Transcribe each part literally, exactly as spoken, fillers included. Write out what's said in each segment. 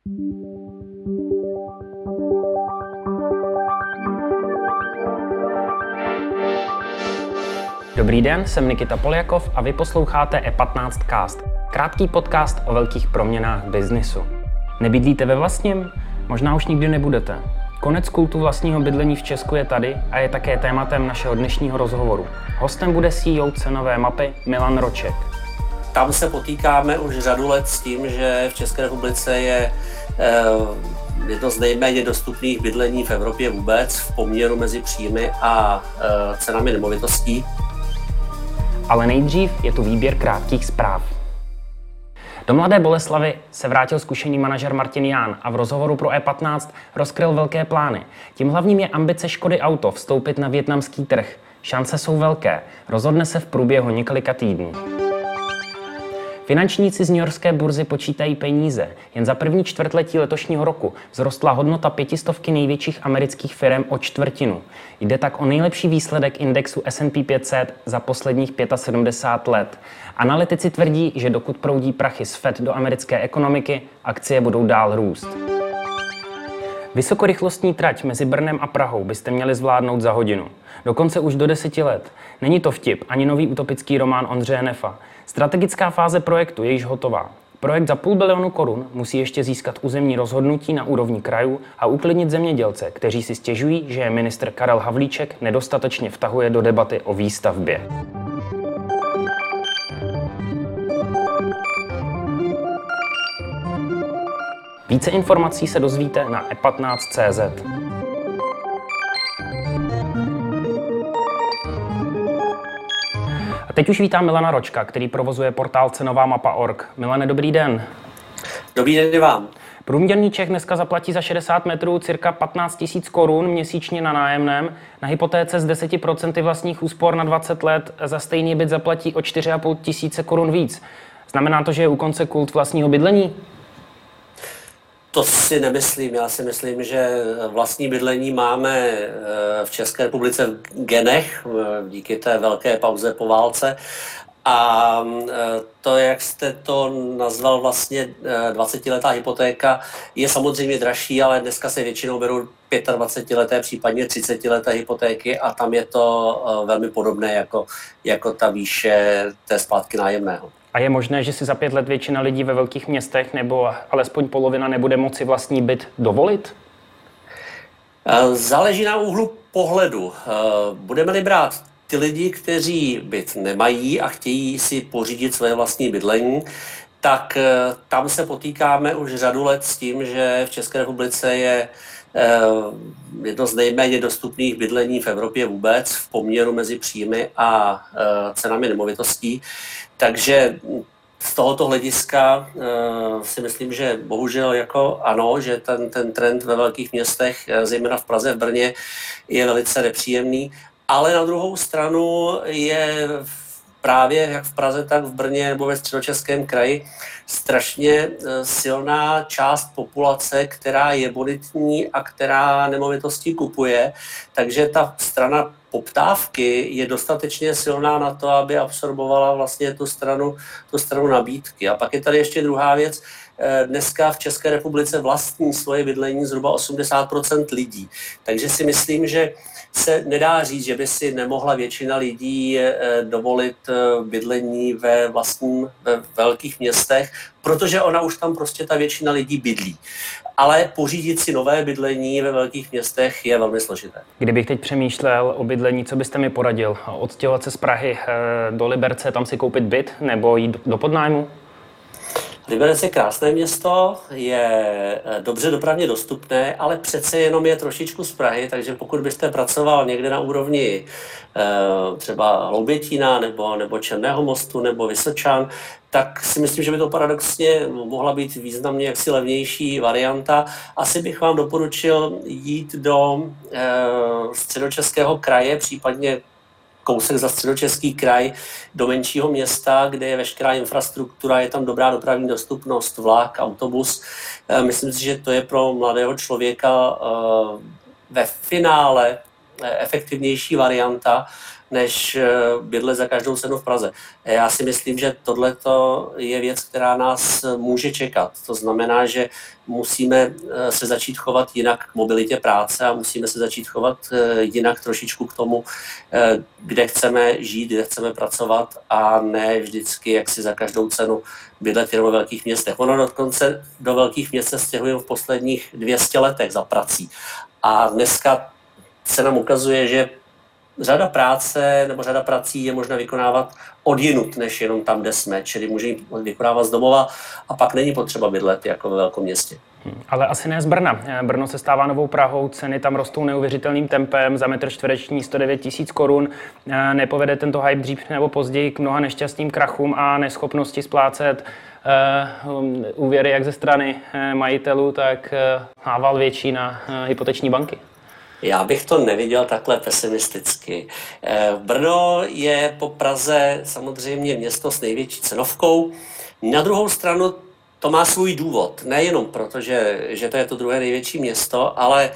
Dobrý den, jsem Nikita Poljakov a vy posloucháte E patnáct Cast, krátký podcast o velkých proměnách biznisu. Nebydlíte ve vlastním? Možná už nikdy nebudete. Konec kultu vlastního bydlení v Česku je tady a je také tématem našeho dnešního rozhovoru. Hostem bude C E O cenové mapy Milan Roček. Tam se potýkáme už řadu let s tím, že v České republice je eh, jedno z nejméně dostupných bydlení v Evropě vůbec v poměru mezi příjmy a eh, cenami nemovitostí. Ale nejdřív je tu výběr krátkých zpráv. Do Mladé Boleslavi se vrátil zkušený manažer Martin Ján a v rozhovoru pro E patnáct rozkryl velké plány. Tím hlavním je ambice Škody Auto vstoupit na vietnamský trh. Šance jsou velké, rozhodne se v průběhu několika týdnů. Finančníci z newyorské burzy počítají peníze. Jen za první čtvrtletí letošního roku vzrostla hodnota pětistovky největších amerických firm o čtvrtinu. Jde tak o nejlepší výsledek indexu S and P pět set za posledních sedmdesát pět let. Analytici tvrdí, že dokud proudí prachy z Fed do americké ekonomiky, akcie budou dál růst. Vysokorychlostní trať mezi Brnem a Prahou byste měli zvládnout za hodinu. Dokonce už do deseti let. Není to vtip, ani nový utopický román Ondřeje Nefa. Strategická fáze projektu je již hotová. Projekt za půl bilionu korun musí ještě získat územní rozhodnutí na úrovni krajů a uklidnit zemědělce, kteří si stěžují, že je ministr Karel Havlíček nedostatečně vtahuje do debaty o výstavbě. Více informací se dozvíte na e patnáct tečka cé zet. A teď už vítám Milana Ročka, který provozuje portál cenová mapa tečka org. Milane, dobrý den. Dobrý den i vám. Průměrný Čech dneska zaplatí za šedesát metrů cirka patnáct tisíc korun měsíčně na nájemném. Na hypotéce s deseti procenty vlastních úspor na dvacet let za stejný byt zaplatí o čtyři a půl tisíce korun víc. Znamená to, že je u konce kult vlastního bydlení? To si nemyslím. Já si myslím, že vlastní bydlení máme v České republice v genech díky té velké pauze po válce. A to, jak jste to nazval, vlastně dvacetiletá hypotéka, je samozřejmě dražší, ale dneska se většinou berou dvacetileté, případně třicetileté hypotéky a tam je to velmi podobné jako, jako ta výše té splátky nájemného. A je možné, že si za pět let většina lidí ve velkých městech nebo alespoň polovina nebude moci vlastní byt dovolit? Záleží na úhlu pohledu. Budeme-li brát ty lidi, kteří byt nemají a chtějí si pořídit své vlastní bydlení, tak tam se potýkáme už řadu let s tím, že v České republice je jedno z nejméně dostupných bydlení v Evropě vůbec v poměru mezi příjmy a cenami nemovitostí. Takže z tohoto hlediska si myslím, že bohužel jako ano, že ten, ten trend ve velkých městech, zejména v Praze, v Brně, je velice nepříjemný. Ale na druhou stranu je právě jak v Praze, tak v Brně nebo ve Středočeském kraji strašně silná část populace, která je bonitní a která nemovitosti kupuje. Takže ta strana poptávky je dostatečně silná na to, aby absorbovala vlastně tu stranu, tu stranu nabídky. A pak je tady ještě druhá věc. Dneska v České republice vlastní svoje bydlení zhruba osmdesát procent lidí. Takže si myslím, že se nedá říct, že by si nemohla většina lidí dovolit bydlení ve vlastním, ve velkých městech, protože ona už tam prostě ta většina lidí bydlí. Ale pořídit si nové bydlení ve velkých městech je velmi složité. Kdybych teď přemýšlel o bydlení, co byste mi poradil? Odstěhovat se z Prahy do Liberce, tam si koupit byt nebo jít do podnájmu? Liberec je krásné město, je dobře dopravně dostupné, ale přece jenom je trošičku z Prahy, takže pokud byste pracoval někde na úrovni třeba Hloubětína nebo, nebo Černého mostu nebo Vysočan, tak si myslím, že by to paradoxně mohla být významně jaksi levnější varianta. Asi bych vám doporučil jít do Středočeského kraje, případně kousek za Středočeský kraj, do menšího města, kde je veškerá infrastruktura, je tam dobrá dopravní dostupnost, vlak, autobus. Myslím si, že to je pro mladého člověka ve finále efektivnější varianta než bydlet za každou cenu v Praze. Já si myslím, že tohleto je věc, která nás může čekat. To znamená, že musíme se začít chovat jinak k mobilitě práce a musíme se začít chovat jinak trošičku k tomu, kde chceme žít, kde chceme pracovat a ne vždycky, jak si za každou cenu bydlet jenom ve velkých městech. Ono dokonce do velkých měst se stěhujeme v posledních dvě stě letech za prací. A dneska se nám ukazuje, že řada práce nebo řada prací je možná vykonávat odjinud, než jenom tam, kde jsme. Čili můžeme vykonávat z domova a pak není potřeba bydlet jako ve velkém městě. Ale asi ne z Brna. Brno se stává novou Prahou, ceny tam rostou neuvěřitelným tempem, za metr čtvereční sto devět tisíc korun. Nepovede tento hype dřív nebo později k mnoha nešťastným krachům a neschopnosti splácet uh, úvěry jak ze strany uh, majitelů, tak uh, nával větší na uh, hypoteční banky? Já bych to neviděl takhle pesimisticky. Brno je po Praze samozřejmě město s největší cenovkou. Na druhou stranu to má svůj důvod. Nejenom proto, že, že to je to druhé největší město, ale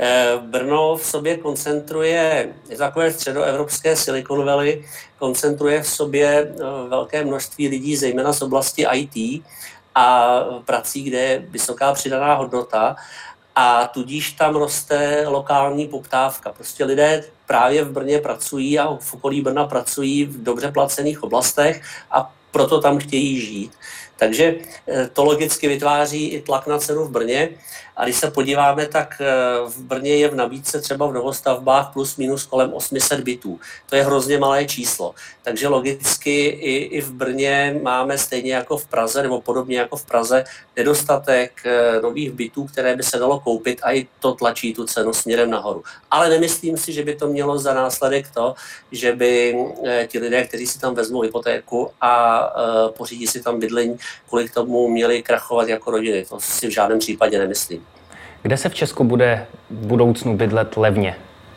Brno v sobě koncentruje, je takové středoevropské Silicon Valley, koncentruje v sobě velké množství lidí, zejména z oblasti í té a prací, kde je vysoká přidaná hodnota. A tudíž tam roste lokální poptávka. Prostě lidé právě v Brně pracují a v okolí Brna pracují v dobře placených oblastech a proto tam chtějí žít. Takže to logicky vytváří i tlak na cenu v Brně. A když se podíváme, tak v Brně je v nabídce třeba v novostavbách plus minus kolem osm set bytů. To je hrozně malé číslo. Takže logicky i, i v Brně máme stejně jako v Praze, nebo podobně jako v Praze, nedostatek nových bytů, které by se dalo koupit a i to tlačí tu cenu směrem nahoru. Ale nemyslím si, že by to mělo za následek to, že by ti lidé, kteří si tam vezmou hypotéku a pořídí si tam bydlení, kvůli k tomu měli krachovat jako rodiny. To si v žádném případě nemyslím. Kde se v Česku bude v budoucnu bydlet levně?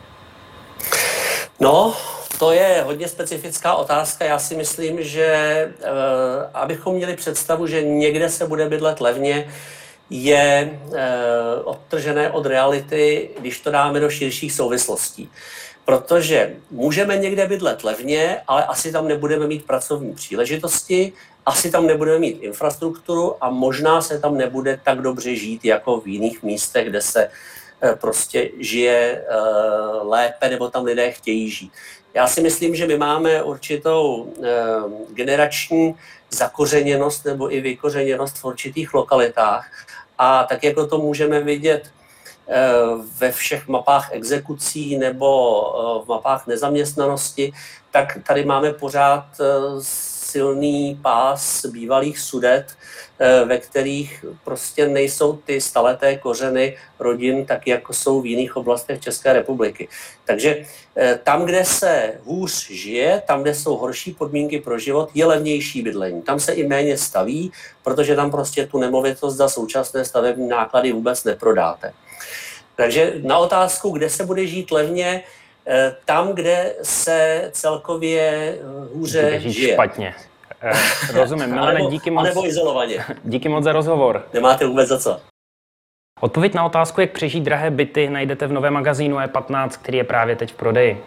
No, to je hodně specifická otázka. Já si myslím, že e, abychom měli představu, že někde se bude bydlet levně, je e, odtržené od reality, když to dáme do širších souvislostí. Protože můžeme někde bydlet levně, ale asi tam nebudeme mít pracovní příležitosti, asi tam nebudeme mít infrastrukturu a možná se tam nebude tak dobře žít jako v jiných místech, kde se prostě žije lépe nebo tam lidé chtějí žít. Já si myslím, že my máme určitou generační zakořeněnost nebo i vykořeněnost v určitých lokalitách a tak jako to můžeme vidět ve všech mapách exekucí nebo v mapách nezaměstnanosti, tak tady máme pořád silný pás bývalých Sudet, ve kterých prostě nejsou ty staleté kořeny rodin, tak jako jsou v jiných oblastech České republiky. Takže tam, kde se hůř žije, tam, kde jsou horší podmínky pro život, je levnější bydlení. Tam se i méně staví, protože tam prostě tu nemovitost za současné stavební náklady vůbec neprodáte. Takže na otázku, kde se bude žít levně, tam, kde se celkově hůře žije. Špatně. Rozumím. Milane, díky moc. Anebo izolovaně. Díky moc za rozhovor. Nemáte vůbec za co. Odpověď na otázku, jak přežít drahé byty, najdete v novém magazínu E patnáct, který je právě teď v prodeji.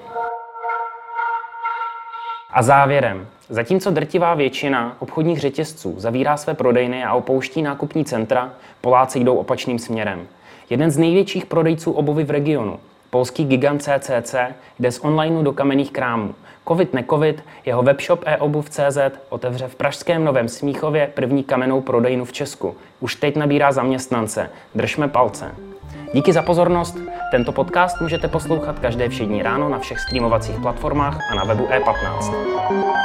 A závěrem. Zatímco drtivá většina obchodních řetězců zavírá své prodejny a opouští nákupní centra, Poláci jdou opačným směrem. Jeden z největších prodejců obuvy v regionu, polský gigant C C C, jde z onlineu do kamenných krámů. Covid necovid, jeho webshop e obuv tečka cé zet otevře v pražském Novém Smíchově první kamennou prodejnu v Česku. Už teď nabírá zaměstnance. Držme palce. Díky za pozornost. Tento podcast můžete poslouchat každé všední ráno na všech streamovacích platformách a na webu E patnáct.